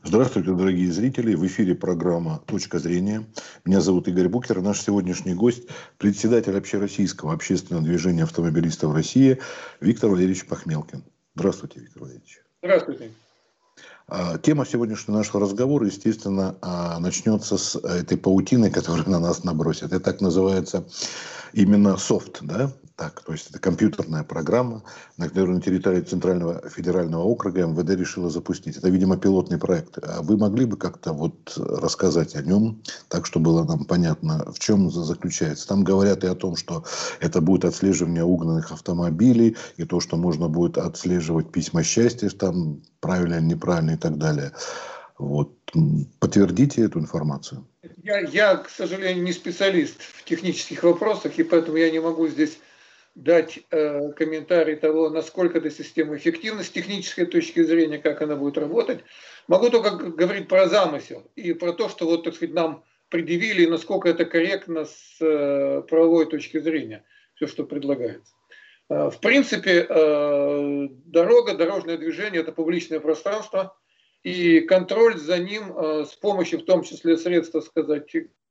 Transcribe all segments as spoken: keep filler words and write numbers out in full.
Здравствуйте, дорогие зрители. В эфире программа «Точка зрения». Меня зовут Игорь Букер. Наш сегодняшний гость – председатель Общероссийского общественного движения автомобилистов России Виктор Валерьевич Пахмелкин. Здравствуйте, Виктор Валерьевич. Здравствуйте. Тема сегодняшнего нашего разговора, естественно, начнется с этой паутины, которую на нас набросят. Это так называется именно софт, да? Так, то есть это компьютерная программа, на которую на территории Центрального федерального округа эм вэ дэ решила запустить. Это, видимо, пилотный проект. А вы могли бы как-то вот рассказать о нем, так, чтобы было нам понятно, в чем заключается? Там говорят и о том, что это будет отслеживание угнанных автомобилей, и то, что можно будет отслеживать письма счастья, там правильно, неправильно и так далее. Вот. Подтвердите эту информацию. Я, я, к сожалению, не специалист в технических вопросах, и поэтому я не могу здесь дать э, комментарий того, насколько эта система эффективна с технической точки зрения, как она будет работать. Могу только говорить про замысел и про то, что вот, так сказать, нам предъявили, и насколько это корректно с э, правовой точки зрения, все, что предлагается. Э, в принципе, э, дорога, дорожное движение – это публичное пространство, и контроль за ним э, с помощью, в том числе, средств, так сказать,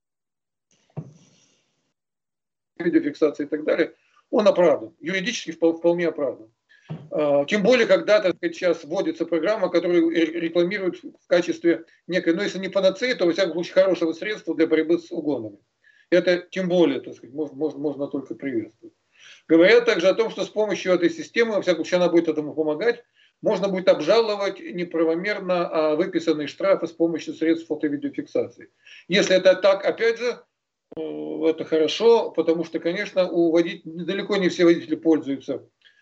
видеофиксации и так далее, он оправдан, юридически вполне оправдан. Тем более, когда, так сказать, сейчас вводится программа, которую рекламируют в качестве некой, ну если не панацеи, то, во всяком случае, хорошего средства для борьбы с угонами. Это тем более, так сказать, можно, можно, можно только приветствовать. Говорят также о том, что с помощью этой системы, во всяком случае, она будет этому помогать, можно будет обжаловать неправомерно выписанные штрафы с помощью средств фото-видеофиксации. Если это так, опять же, это хорошо, потому что, конечно, у водителей, далеко не все водители пользуются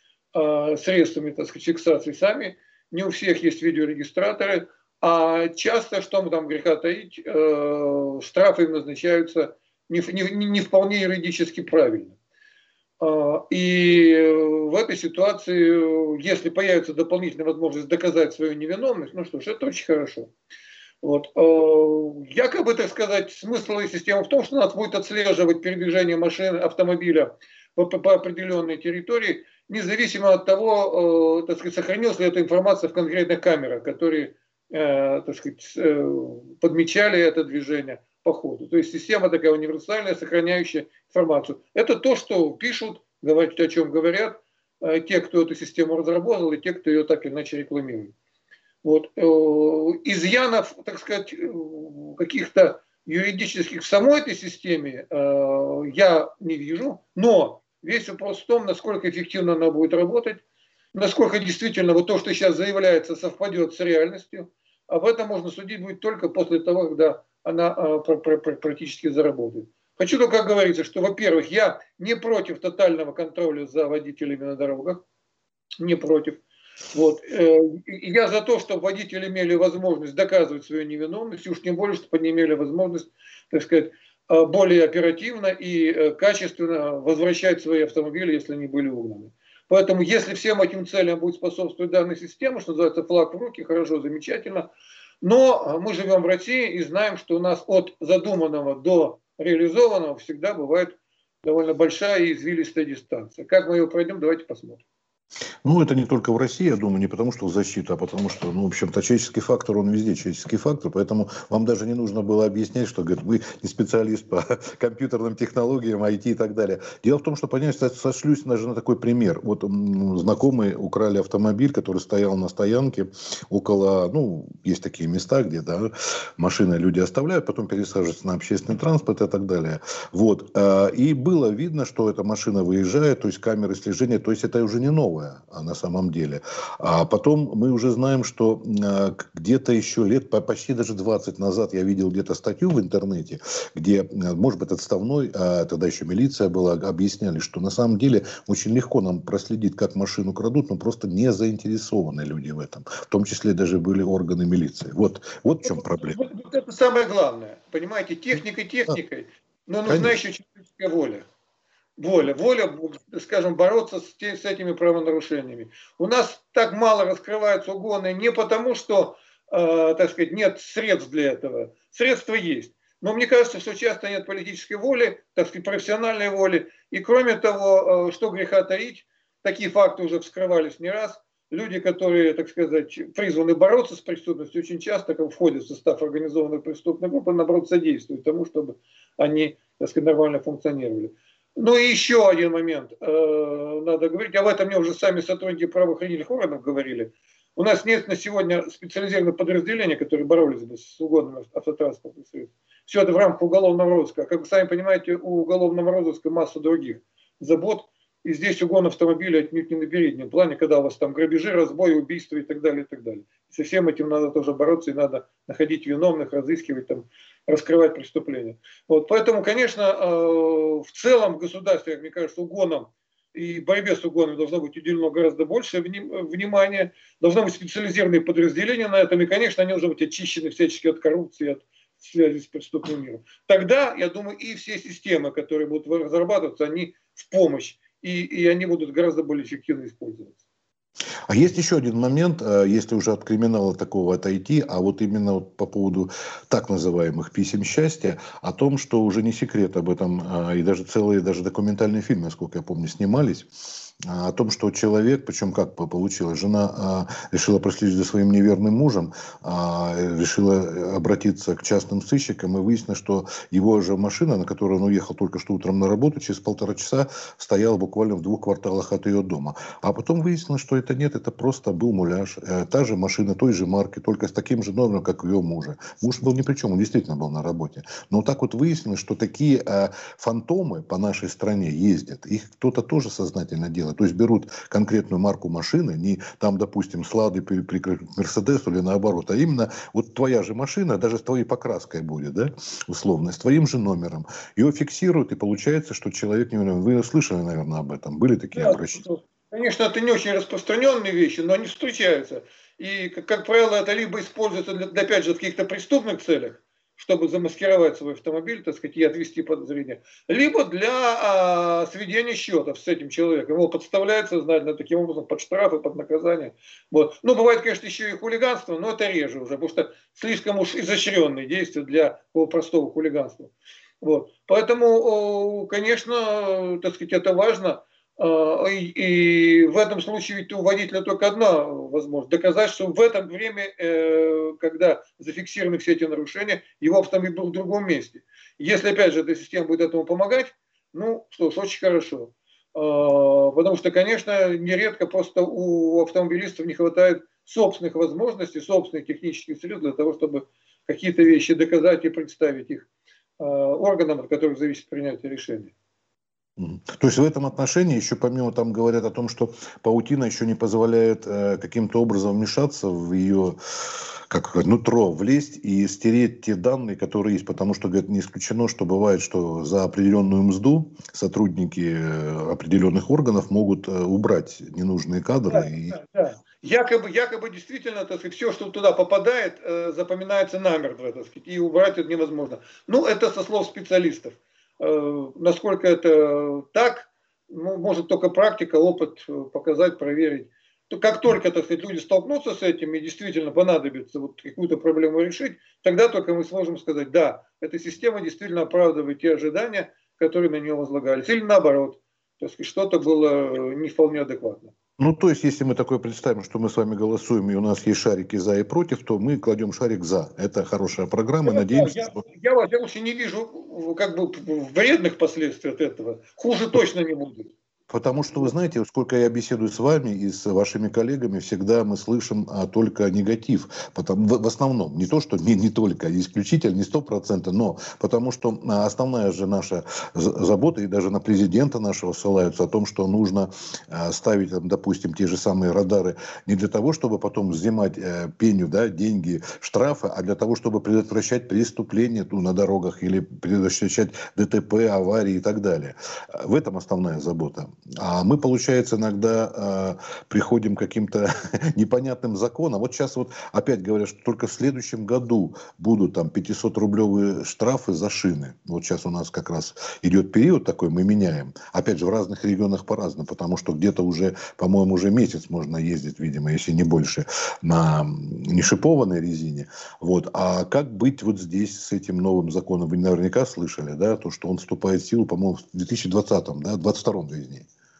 э, средствами, так сказать, фиксации сами, не у всех есть видеорегистраторы, а часто, что мы там греха таить, э, штрафы им назначаются не, не, не вполне юридически правильно. Э, и в этой ситуации, если появится дополнительная возможность доказать свою невиновность, ну что ж, это очень хорошо. Вот. Якобы, так сказать, смысл этой системы в том, что нас будет отслеживать передвижение машины, автомобиля по, по определенной территории, независимо от того, так сказать, сохранилась ли эта информация в конкретных камерах, которые, так сказать, подмечали это движение по ходу. То есть система такая универсальная, сохраняющая информацию. Это то, что пишут, говорят, о чем говорят те, кто эту систему разработал, и те, кто ее так или иначе рекламирует. Вот. Изъянов, так сказать, каких-то юридических в самой этой системе я не вижу, но весь вопрос в том, насколько эффективно она будет работать, насколько действительно вот то, что сейчас заявляется, совпадет с реальностью. Об этом можно судить будет только после того, когда она практически заработает. Хочу только говориться, что, во-первых, я не против тотального контроля за водителями на дорогах, не против. Вот. Я за то, чтобы водители имели возможность доказывать свою невиновность, и уж тем более, чтобы они имели возможность, так сказать, более оперативно и качественно возвращать свои автомобили, если они были угнаны. Поэтому, если всем этим целям будет способствовать данная система, что называется, флаг в руки, хорошо, замечательно. Но мы живем в России и знаем, что у нас от задуманного до реализованного всегда бывает довольно большая и извилистая дистанция. Как мы ее пройдем, давайте посмотрим. Ну, это не только в России, я думаю, не потому что в защиту, а потому что, ну, в общем-то, человеческий фактор, он везде человеческий фактор, поэтому вам даже не нужно было объяснять, что, говорит, вы не специалист по компьютерным технологиям, ай ти и так далее. Дело в том, что, понимаете, сошлюсь даже на такой пример. Вот знакомые украли автомобиль, который стоял на стоянке около, ну, есть такие места, где, да, машины люди оставляют, потом пересаживаются на общественный транспорт и так далее. Вот. И было видно, что эта машина выезжает, то есть камеры слежения, то есть это уже не новое. А на самом деле. А потом мы уже знаем, что э, где-то еще лет, почти даже двадцать назад я видел где-то статью в интернете, где, может быть, отставной, а тогда еще милиция была, объясняли, что на самом деле очень легко нам проследить, как машину крадут, но просто не заинтересованы люди в этом. В том числе даже были органы милиции. Вот, вот в чем проблема. Вот, вот это самое главное. Понимаете, техникой техникой, но нужна Конечно. еще человеческая воля. Воля, воля, скажем, бороться с, те, с этими правонарушениями. У нас так мало раскрываются угоны не потому, что, э, так сказать, нет средств для этого. Средства есть. Но мне кажется, что часто нет политической воли, так сказать, профессиональной воли. И кроме того, э, что греха таить, такие факты уже вскрывались не раз. люди, которые, так сказать, призваны бороться с преступностью, очень часто, как входят в состав организованной преступной группы, наоборот, содействуют тому, чтобы они, так сказать, нормально функционировали. Ну и еще один момент э, надо говорить, об этом мне уже сами сотрудники правоохранительных органов говорили. У нас нет на сегодня специализированных подразделений, которые боролись бы с угонным автотранспортным средством. Все это в рамках уголовного розыска. Как вы сами понимаете, у уголовного розыска масса других забот. И здесь угон автомобиля отнюдь не на переднем плане, когда у вас там грабежи, разбои, убийства и так далее, и так далее. И со всем этим надо тоже бороться, и надо находить виновных, разыскивать, там, раскрывать преступления. Вот, поэтому, конечно, в целом в государстве, мне кажется, угоном и борьбе с угоном должно быть уделено гораздо больше внимания, должны быть специализированные подразделения на этом, и, конечно, они должны быть очищены всячески от коррупции, от связи с преступным миром. Тогда, я думаю, и все системы, которые будут разрабатываться, они в помощь. И, и они будут гораздо более эффективно использоваться. А есть еще один момент, если уже от криминала такого отойти, а вот именно вот по поводу так называемых писем счастья, о том, что уже не секрет об этом, и даже целые даже документальные фильмы, насколько я помню, снимались, о том, что человек, причем как получилось, жена а, решила проследить за своим неверным мужем, а, решила обратиться к частным сыщикам, и выяснилось, что его же машина, на которой он уехал только что утром на работу, через полтора часа стояла буквально в двух кварталах от ее дома. А потом выяснилось, что это нет, это просто был муляж. Э, та же машина, той же марки, только с таким же номером, как у ее мужа. Муж был ни при чем, он действительно был на работе. Но вот так вот выяснилось, что такие э, фантомы по нашей стране ездят. Их кто-то тоже сознательно делает. То есть берут конкретную марку машины, не там, допустим, с Ладой прикрепят к Мерседесу или наоборот, а именно вот твоя же машина, даже с твоей покраской будет, да, условно, с твоим же номером. Ее фиксируют, и получается, что человек не виновен. Вы слышали, наверное, об этом? Были такие Да, обращения? конечно, это не очень распространенные вещи, но они встречаются. И, как, как правило, это либо используется, для, опять же, в каких-то преступных целях, чтобы замаскировать свой автомобиль, так сказать, и отвести подозрения, либо для а, сведения счетов с этим человеком. Его подставляют сознательно таким образом под штрафы, под наказание. Вот. Ну, бывает, конечно, еще и хулиганство, но это реже уже, потому что слишком уж изощренные действия для простого хулиганства. Вот. Поэтому, конечно, так сказать, это важно. И, и в этом случае ведь у водителя только одна возможность: доказать, что в это время, когда зафиксированы все эти нарушения, его автомобиль был в другом месте. Если, опять же, эта система будет этому помогать, ну, что ж, очень хорошо. Потому что, конечно, нередко просто у автомобилистов не хватает собственных возможностей, собственных технических средств для того, чтобы какие-то вещи доказать и представить их органам, от которых зависит принятие решения. То есть в этом отношении еще помимо там говорят о том, что паутина еще не позволяет э, каким-то образом вмешаться в ее как нутро, влезть и стереть те данные, которые есть, потому что, говорят, не исключено, что бывает, что за определенную мзду сотрудники определенных органов могут убрать ненужные кадры. Да, и... да, да. Якобы, якобы действительно, так сказать, все, что туда попадает, э, запоминается намертво, так сказать, и убрать это невозможно. Ну, это со слов специалистов. Э, насколько это так, ну, может только практика, опыт показать, проверить. То как только, так сказать, люди столкнутся с этим и действительно понадобится вот какую-то проблему решить, тогда только мы сможем сказать: да, эта система действительно оправдывает те ожидания, которые на нее возлагались. Или наоборот, так сказать, что-то было не вполне адекватно. Ну, то есть, если мы такое представим, что мы с вами голосуем, и у нас есть шарики за и против, то мы кладем шарик за. Это хорошая программа, Да, надеемся, я, что... я, во всяком случае, не вижу как бы вредных последствий от этого. Хуже точно не будет. Потому что, вы знаете, сколько я беседую с вами и с вашими коллегами, всегда мы слышим а, только негатив. Потому, в, в основном, не то, что не, не только, исключительно, не сто процентов, но потому что а, основная же наша забота, и даже на президента нашего ссылаются о том, что нужно а, ставить, там, допустим, те же самые радары не для того, чтобы потом взимать а, пеню, да, деньги, штрафы, а для того, чтобы предотвращать преступления ну, на дорогах или предотвращать ДТП, аварии и так далее. В этом основная забота. А мы, получается, иногда э, приходим к каким-то непонятным законам. Вот сейчас вот опять говорят, что только в следующем году будут там пятисотрублевые штрафы за шины. Вот сейчас у нас как раз идет период такой, мы меняем. Опять же, в разных регионах по-разному, потому что где-то уже, по-моему, уже месяц можно ездить, видимо, если не больше, на нешипованной резине. Вот. А как быть вот здесь с этим новым законом? Вы наверняка слышали, да, то, что он вступает в силу, по-моему, в две тысячи двадцатом, да, двадцать втором, вернее.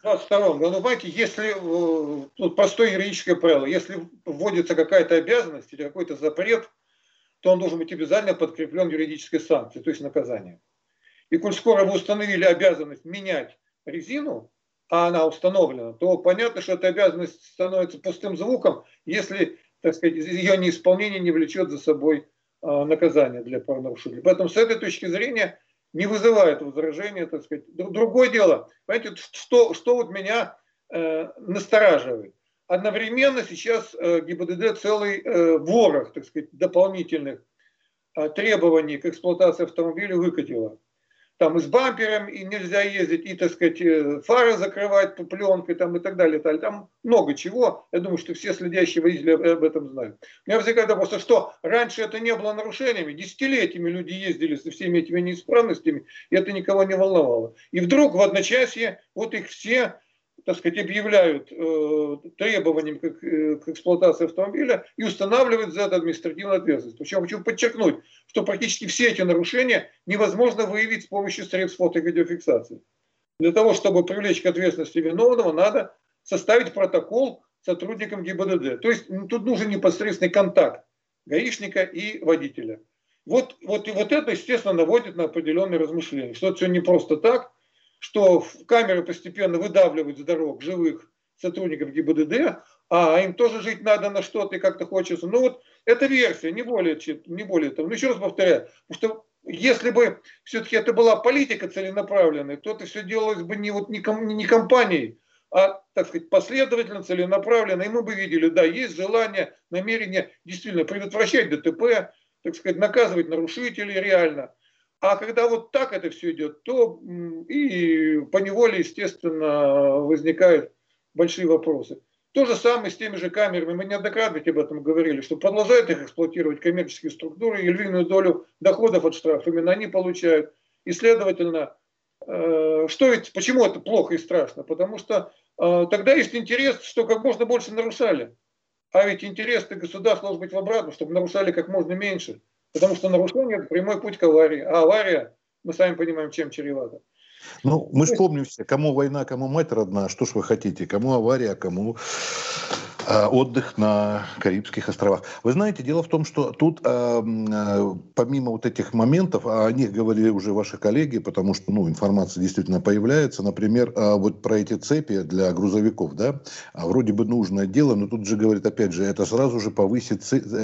двадцать втором году, понимаете, если, тут простое юридическое правило, если вводится какая-то обязанность или какой-то запрет, то он должен быть обязательно подкреплен юридической санкцией, то есть наказанием. И коль скоро вы установили обязанность менять резину, а она установлена, то понятно, что эта обязанность становится пустым звуком, если, так сказать, ее неисполнение не влечет за собой а, наказание для правонарушителей. Поэтому с этой точки зрения не вызывает возражения, так сказать. Другое дело, понимаете, что, что вот меня э, настораживает. Одновременно сейчас э, ГИБДД целый э, ворох, так сказать, дополнительных э, требований к эксплуатации автомобиля выкатила. Там и с бампером и нельзя ездить, и, так сказать, фары закрывать пленкой там, и так далее, и так далее. Там много чего. Я думаю, что все следящие водители об этом знают. У меня возникает вопрос, а что, раньше это не было нарушениями? Десятилетиями люди ездили со всеми этими неисправностями, и это никого не волновало. И вдруг в одночасье вот их все, так сказать, объявляют э, требованием к, э, к эксплуатации автомобиля и устанавливают за это административную ответственность. Причем хочу подчеркнуть, что практически все эти нарушения невозможно выявить с помощью средств фото- и видеофиксации. Для того, чтобы привлечь к ответственности виновного, надо составить протокол сотрудникам ГИБДД. То есть тут нужен непосредственный контакт гаишника и водителя. Вот, вот, и вот это, естественно, наводит на определенные размышления, что это все не просто так, что камеры постепенно выдавливают с дорог живых сотрудников ГИБДД, а им тоже жить надо на что-то и как-то хочется. Ну вот это версия, не более, не более того. Но еще раз повторяю, потому что если бы все-таки это была политика целенаправленная, то это все делалось бы не, вот, не, ком, не компанией, а, так сказать, последовательно, целенаправленно. И мы бы видели, да, есть желание, намерение действительно предотвращать ДТП, так сказать, наказывать нарушителей реально. А когда вот так это все идет, то и поневоле, естественно, возникают большие вопросы. То же самое с теми же камерами. Мы неоднократно об этом говорили, что продолжают их эксплуатировать коммерческие структуры, и львиную долю доходов от штрафов именно они получают. И, следовательно, что ведь, почему это плохо и страшно? Потому что тогда есть интерес, что как можно больше нарушали. А ведь интерес государства должен быть в обратном, чтобы нарушали как можно меньше. Потому что нарушение – это прямой путь к аварии. А авария, мы сами понимаем, чем чревата. Ну, мы же помним все, кому война, кому мать родна, что ж вы хотите, кому авария, а кому э, отдых на Карибских островах. Вы знаете, дело в том, что тут э, э, помимо вот этих моментов, о них говорили уже ваши коллеги, потому что ну, информация действительно появляется, например, э, вот про эти цепи для грузовиков, да, вроде бы нужное дело, но тут же говорит, опять же, это сразу же повысит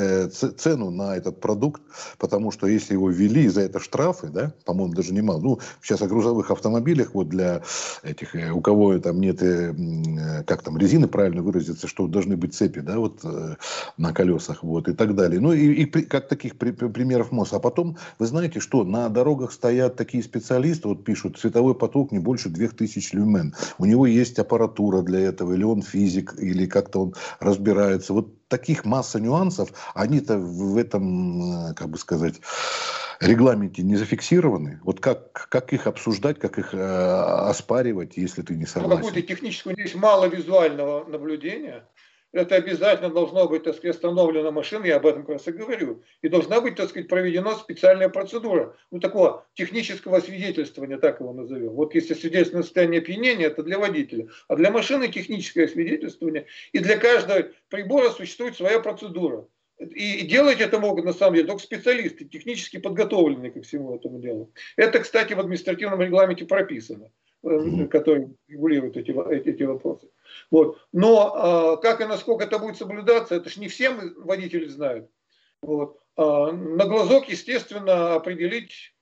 цену на этот продукт, потому что если его ввели, за это штрафы, да, по-моему, даже немало, ну, сейчас о грузовых автомобилях, вот для этих, у кого там нет, как там, резины, правильно выразиться, что должны быть цепи, да, вот на колесах, вот, и так далее. Ну, и, и как таких при, примеров МОЗ. А потом, вы знаете, что на дорогах стоят такие специалисты, вот пишут, световой поток не больше двух тысяч люмен. У него есть аппаратура для этого, или он физик, или как-то он разбирается. Вот таких масса нюансов, они-то в этом, как бы сказать, регламенте не зафиксированы. Вот как, как их обсуждать, как их э, оспаривать, если ты не согласен? Какую-то техническую, здесь мало визуального наблюдения. Это обязательно должно быть, так сказать, остановлена машина, я об этом как раз и говорю. И должна быть, так сказать, проведена специальная процедура. Ну, такого технического свидетельствования, так его назовем. Вот если свидетельство на состояние опьянения, это для водителя. А для машины техническое свидетельствование. И для каждого прибора существует своя процедура. И делать это могут, на самом деле, только специалисты, технически подготовленные ко всему этому делу. Это, кстати, в административном регламенте прописано, который регулирует эти, эти вопросы. Вот. Но как и насколько это будет соблюдаться, это же не все водители знают. Вот. На глазок, естественно, определить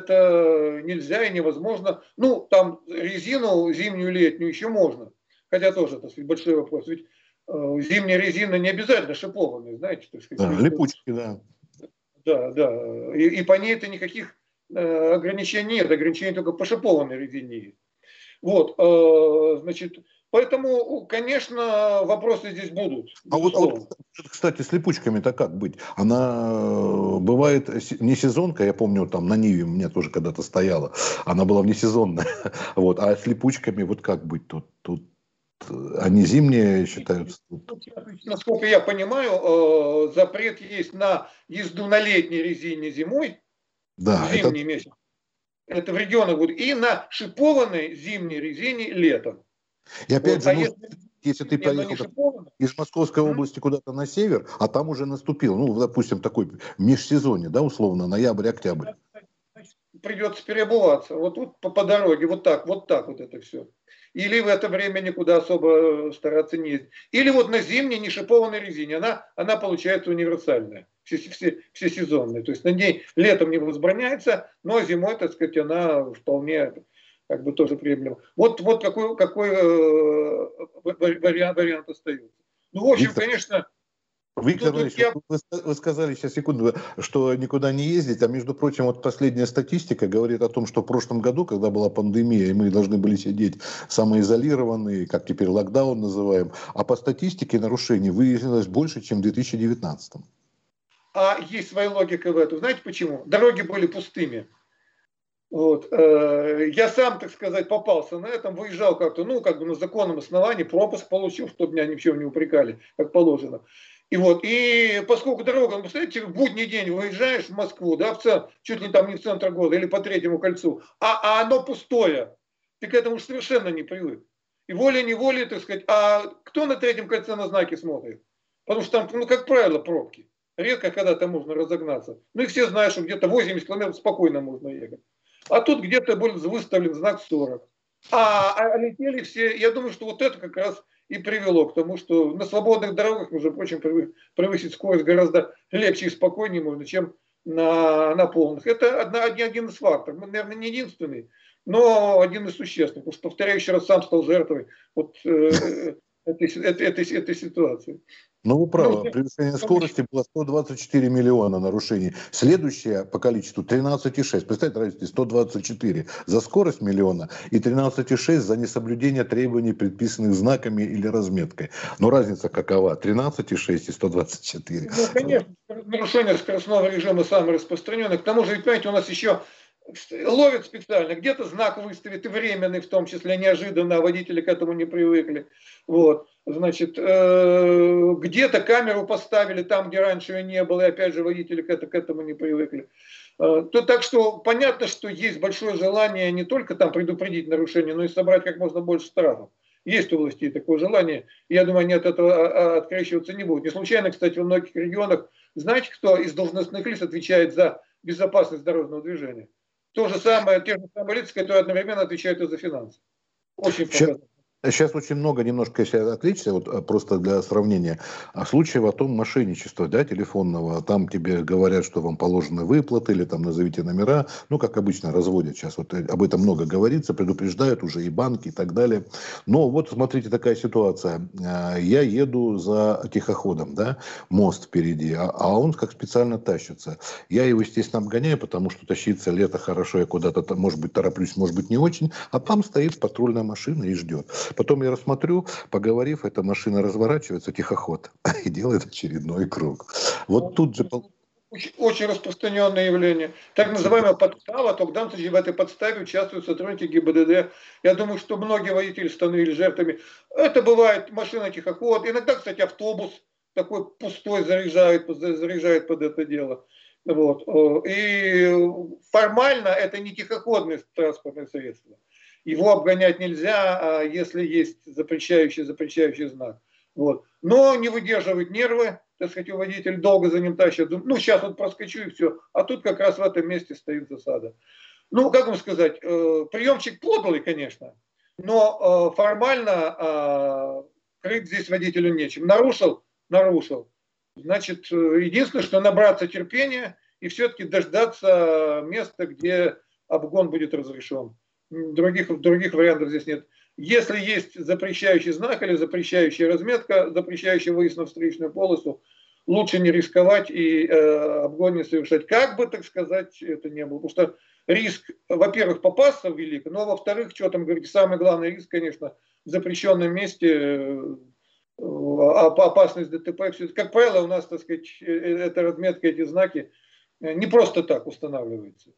это нельзя и невозможно. Ну, там резину зимнюю, летнюю еще можно. Хотя тоже, так сказать, большой вопрос. Ведь зимняя резина не обязательно шипованная, знаете, так сказать. Да, липучки, да. Да, да. И, и по ней это никаких э, ограничений нет. Ограничений только по шипованной резине есть. Вот, э, значит, поэтому, конечно, вопросы здесь будут. А вот, вот, кстати, с липучками-то как быть? Она бывает не сезонка, я помню, там на Ниве у меня тоже когда-то стояла, она была внесезонная. Вот, а с липучками вот как быть тут? Тут они зимние считаются? Насколько я понимаю, э, запрет есть на езду на летней резине зимой, да, в зимний это... месяц. Это в регионах будет. И на шипованной зимней резине летом. И опять Вот. же, А ну, если, если ты не, ну, не поехал шиповано, из Московской области куда-то на север, а там уже наступил, ну, допустим, такой межсезонье, да, условно, ноябрь-октябрь. придется переобуваться. Вот тут по, по дороге, вот так, вот так вот это все. Или в это время никуда особо стараться не ездить. Или вот на зимней нешипованной резине. Она, она получается универсальная, все, все, всесезонная. То есть на ней летом не возбраняется, но зимой, так сказать, она вполне как бы тоже приемлема. Вот, вот какой, какой э, вариант, вариант остается. Ну, в общем, Виктор, конечно, Виктор тут, тут Иванович, я... вы, вы сказали сейчас, секунду, что никуда не ездить, а между прочим, вот последняя статистика говорит о том, что в прошлом году, когда была пандемия, и мы должны были сидеть самоизолированные, как теперь локдаун называем, а по статистике нарушений выяснилось больше, чем в две тысячи девятнадцатом. А есть своя логика в этом. Знаете почему? Дороги были пустыми. Вот. Я сам, так сказать, попался на этом, выезжал как-то, ну, как бы на законном основании, пропуск получил, чтобы меня ни в чем не упрекали, как положено. И вот, и поскольку дорога, ну, представляете, в будний день выезжаешь в Москву, да, в центр, чуть ли там не в центр города, или по Третьему кольцу, а, а оно пустое, ты к этому совершенно не привык. И волей-неволей, так сказать, а кто на Третьем кольце на знаки смотрит? Потому что там, ну, как правило, пробки. Редко когда-то можно разогнаться. Ну и все знают, что где-то восемьдесят километров спокойно можно ехать. А тут где-то был выставлен знак сорок. А, а летели все, я думаю, что вот это как раз и привело к тому, что на свободных дорогах, между прочим, превысить скорость гораздо легче и спокойнее можно, чем на, на полных. Это одна, один, один из факторов. Наверное, не единственный, но один из существенных. Потому что, повторяю еще раз, сам стал жертвой вот, э, этой, этой, этой, этой ситуации. Ну, вы правы, Ну, превышение скорости было сто двадцать четыре миллиона нарушений. Следующее по количеству тринадцать и шесть. Представьте, разница, сто двадцать четыре за скорость миллиона и тринадцать и шесть за несоблюдение требований, предписанных знаками или разметкой. Но разница какова? тринадцать и шесть и сто двадцать четыре. Ну, конечно, нарушение скоростного режима самое распространенное. К тому же, ведь, понимаете, у нас еще ловят специально, где-то знак выставит и временный, в том числе неожиданно, а водители к этому не привыкли. Вот. Значит, э, где-то камеру поставили там, где раньше ее не было, и опять же водители к, это, к этому не привыкли. Э, то, так что понятно, что есть большое желание не только там предупредить нарушение, но и собрать как можно больше штрафов. Есть у властей такое желание. Я думаю, они от этого открещиваться не будут. Не случайно, кстати, во многих регионах, знаете, кто из должностных лиц отвечает за безопасность дорожного движения? То же самое, те же самые лица, которые одновременно отвечают и за финансы. Очень показательно. Сейчас очень много, немножко, если отличия, вот просто для сравнения, случаев о том мошенничества, да, телефонного. Там тебе говорят, что вам положены выплаты, или там назовите номера. Ну, как обычно, разводят сейчас. Вот об этом много говорится, предупреждают уже и банки и так далее. Но вот смотрите, такая ситуация. Я еду за тихоходом, да, мост впереди, а он как специально тащится. Я его, естественно, обгоняю, потому что тащиться лето хорошо, я куда-то, может быть, тороплюсь, может быть, не очень. А там стоит патрульная машина и ждет. Потом я рассмотрю, поговорив, эта машина разворачивается, тихоход, и делает очередной круг. Вот тут же... Очень, очень распространенное явление. Так называемая подстава, то в данном случае в этой подставе участвуют сотрудники ГИБДД. Я думаю, что многие водители становились жертвами. Это бывает машина тихоход. Иногда, кстати, автобус такой пустой заряжает, заряжает под это дело. Вот. И формально это не тихоходное транспортное средство. Его обгонять нельзя, если есть запрещающий, запрещающий знак. Вот. Но не выдерживает нервы, так сказать, водитель долго за ним тащит. Ну, сейчас вот проскочу и все. А тут как раз в этом месте стоит засада. Ну, как вам сказать, приемчик подлый, конечно, но формально крыть здесь водителю нечем. Нарушил? Нарушил. Значит, единственное, что набраться терпения и все-таки дождаться места, где обгон будет разрешен. Других, других вариантов здесь нет. Если есть запрещающий знак или запрещающая разметка, запрещающий выезд на встречную полосу, лучше не рисковать и э, обгон не совершать. Как бы, так сказать, это не было. Потому что риск, во-первых, попасться в велик, но, во-вторых, что там говорить, самый главный риск, конечно, в запрещенном месте, э, опасность ДТП. Все. Как правило, у нас, так сказать, эта разметка, эти знаки не просто так устанавливаются,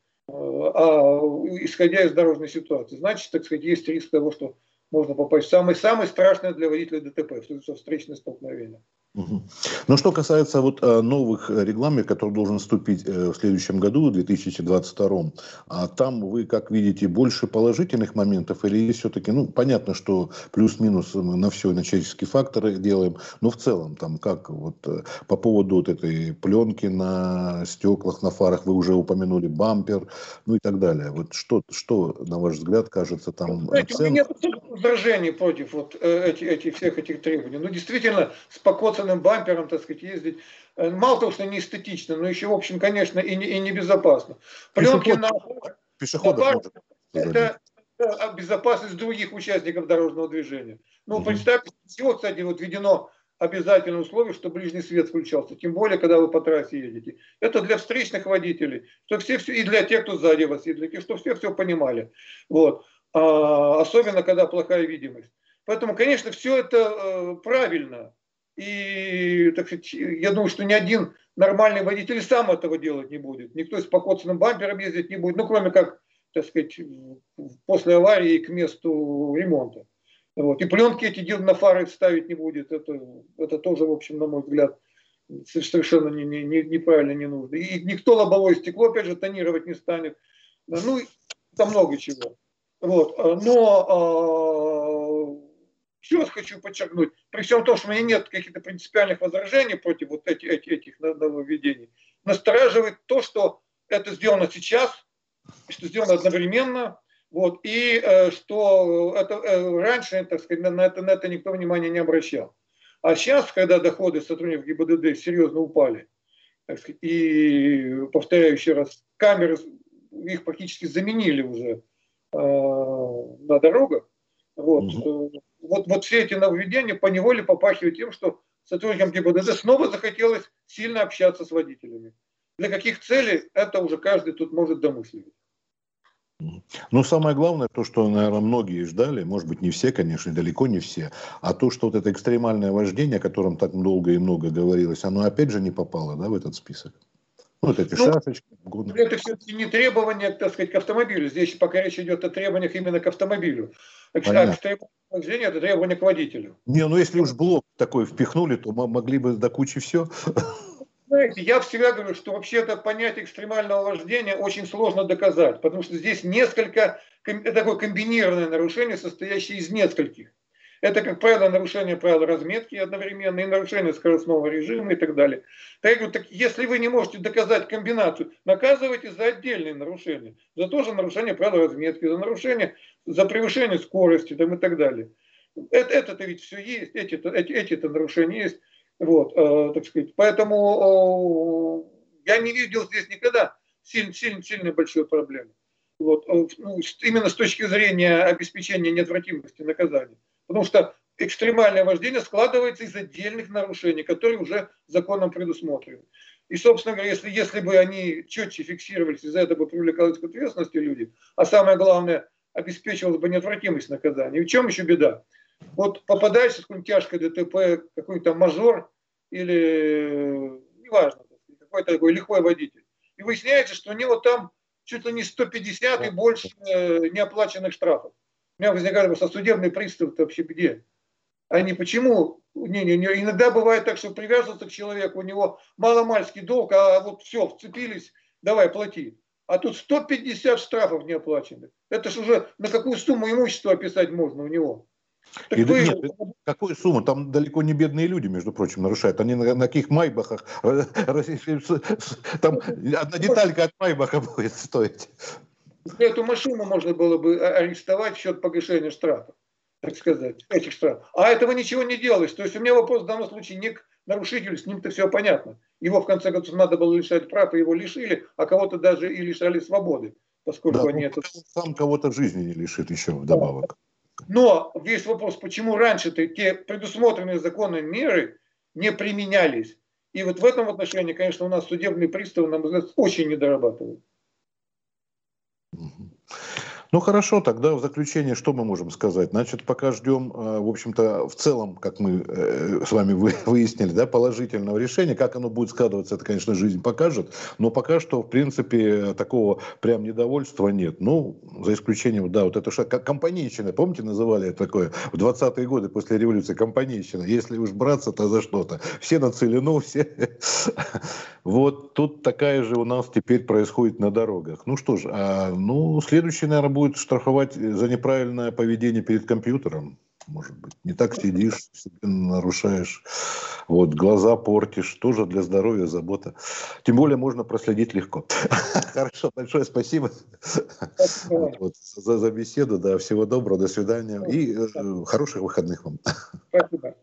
а исходя из дорожной ситуации. Значит, так сказать, есть риск того, что можно попасть в самое, самое страшное для водителя ДТП, в встречное столкновение. Мгм. Но что касается вот э, новых э, регламентов, который должен вступить э, в следующем году, в две тысячи двадцать втором, а там вы, как видите, больше положительных моментов или есть все-таки, ну, понятно, что плюс-минус мы на все, на человеческие факторы делаем, но в целом, там, как вот э, по поводу вот этой пленки на стеклах, на фарах, вы уже упомянули бампер, ну и так далее. Вот что, что на ваш взгляд, кажется там э, Знаете, у меня ценным? нет абсолютно возражений против вот, э, эти, эти, всех этих требований. Ну, действительно, с покоцанным бампером, так сказать, ездить, э, мало того, что не эстетично, но еще, в общем, конечно, и, не, и небезопасно. Пленки Пешеход, на, на пешеходов фарах может задеть. это, это безопасность других участников дорожного движения. Ну, Мгм. представьте, всего, кстати, вот введено обязательное условие, что ближний свет включался, тем более, когда вы по трассе едете. Это для встречных водителей, что все, все и для тех, кто сзади вас, и для тех, что все все понимали. Вот. А, особенно, когда плохая видимость. Поэтому, конечно, все это э, правильно. И, так сказать, я думаю, что ни один нормальный водитель сам этого делать не будет. Никто с покоцанным бампером ездить не будет, ну, кроме как, так сказать, после аварии к месту ремонта. Вот. И пленки эти на фары ставить не будет. Это, это тоже, в общем, на мой взгляд, совершенно не, не, не, неправильно, не нужно. И никто лобовое стекло, опять же, тонировать не станет. Ну, это много чего. Вот. Но еще раз хочу подчеркнуть, при всем том, что у меня нет каких-то принципиальных возражений против вот этих, этих, этих нововведений, настораживает то, что это сделано сейчас, что сделано одновременно, вот, и э, что это, э, раньше, так сказать, на это, на это никто внимания не обращал. А сейчас, когда доходы сотрудников ГИБДД серьезно упали, так сказать, и, повторяю еще раз, камеры, их практически заменили уже э, на дорогах, вот, Мгм. э, вот, вот все эти нововведения поневоле попахивают тем, что сотрудникам ГИБДД снова захотелось сильно общаться с водителями. Для каких целей, это уже каждый тут может домысливать. Но самое главное, то, что, наверное, многие ждали, может быть, не все, конечно, далеко не все, а то, что вот это экстремальное вождение, о котором так долго и много говорилось, оно опять же не попало, да, в этот список. Ну, вот эти Ну, шашечки. гон- это все-таки не требования, так сказать, к автомобилю. Здесь пока речь идет о требованиях именно к автомобилю. А Понятно. экстремальное вождение – это требования к водителю. Не, ну если уж блок такой впихнули, то мы могли бы до кучи все. Знаете, я всегда говорю, что вообще это понятие экстремального вождения очень сложно доказать, потому что здесь несколько, это такое комбинированное нарушение, состоящее из нескольких. Это, как правило, нарушение правил разметки одновременно и нарушение скоростного режима и так далее. Так, я говорю, так если вы не можете доказать комбинацию, наказывайте за отдельные нарушения. За то же нарушение правил разметки, за нарушение, за превышение скорости там, и так далее. Это, это-то ведь все есть, эти-то, эти, эти-то нарушения есть. Вот, э, так сказать. Поэтому э, я не видел здесь никогда сильно, сильно, сильно большой проблемы. Вот, э, ну, именно с точки зрения обеспечения неотвратимости наказания. Потому что экстремальное вождение складывается из отдельных нарушений, которые уже законом предусмотрены. И, собственно говоря, если, если бы они четче фиксировались, из-за этого привлекалось к ответственности люди, а самое главное, обеспечивалась бы неотвратимость наказания. И в чем еще беда? Вот попадаешь в какое-нибудь тяжкое ДТП, какой-то там мажор или, неважно, какой-то такой лихой водитель. И выясняется, что у него там чуть ли не сто пятьдесят и больше неоплаченных штрафов. У меня возникает вопрос, а судебный пристав вообще где? Они почему? Не, не, не. Иногда бывает так, что привязываются к человеку, у него маломальский долг, а вот все, вцепились, давай, плати. А тут сто пятьдесят штрафов неоплаченных. Это ж уже на какую сумму имущества описать можно у него. Так И, вы... нет, какую сумму? Там далеко не бедные люди, между прочим, нарушают. Они на, на каких майбахах? Там одна деталька от майбаха будет стоить. Эту машину можно было бы арестовать в счет погашения штрафов, так сказать, этих штрафов. А этого ничего не делалось. То есть у меня вопрос в данном случае не к нарушителю, с ним-то все понятно. Его, в конце концов, надо было лишать прав, и его лишили, а кого-то даже и лишали свободы, поскольку Да, они ну, это... сам кого-то жизни не лишит еще вдобавок. Но весь вопрос, почему раньше-то те предусмотренные законом меры не применялись. И вот в этом отношении, конечно, у нас судебные приставы, на мой взгляд, очень недорабатывают. Ну хорошо, тогда в заключение что мы можем сказать? Значит, пока ждем, в общем-то, в целом, как мы с вами выяснили, да, положительного решения. Как оно будет складываться, это, конечно, жизнь покажет. Но пока что, в принципе, такого прям недовольства нет. Ну, за исключением, да, вот это что, как компанейщина, помните, называли это такое в двадцатые годы после революции, компанейщина. Если уж браться, то за что-то. Все на целину, все. Вот тут такая же у нас теперь происходит на дорогах. Ну что ж, а, ну, следующий, наверное, будет штрафовать за неправильное поведение перед компьютером. Может быть, не так сидишь, себе нарушаешь, вот, глаза портишь, тоже для здоровья забота. Тем более можно проследить легко. Хорошо, большое спасибо вот, вот, за, за беседу, да, всего доброго, до свидания и э, хороших выходных вам. Спасибо.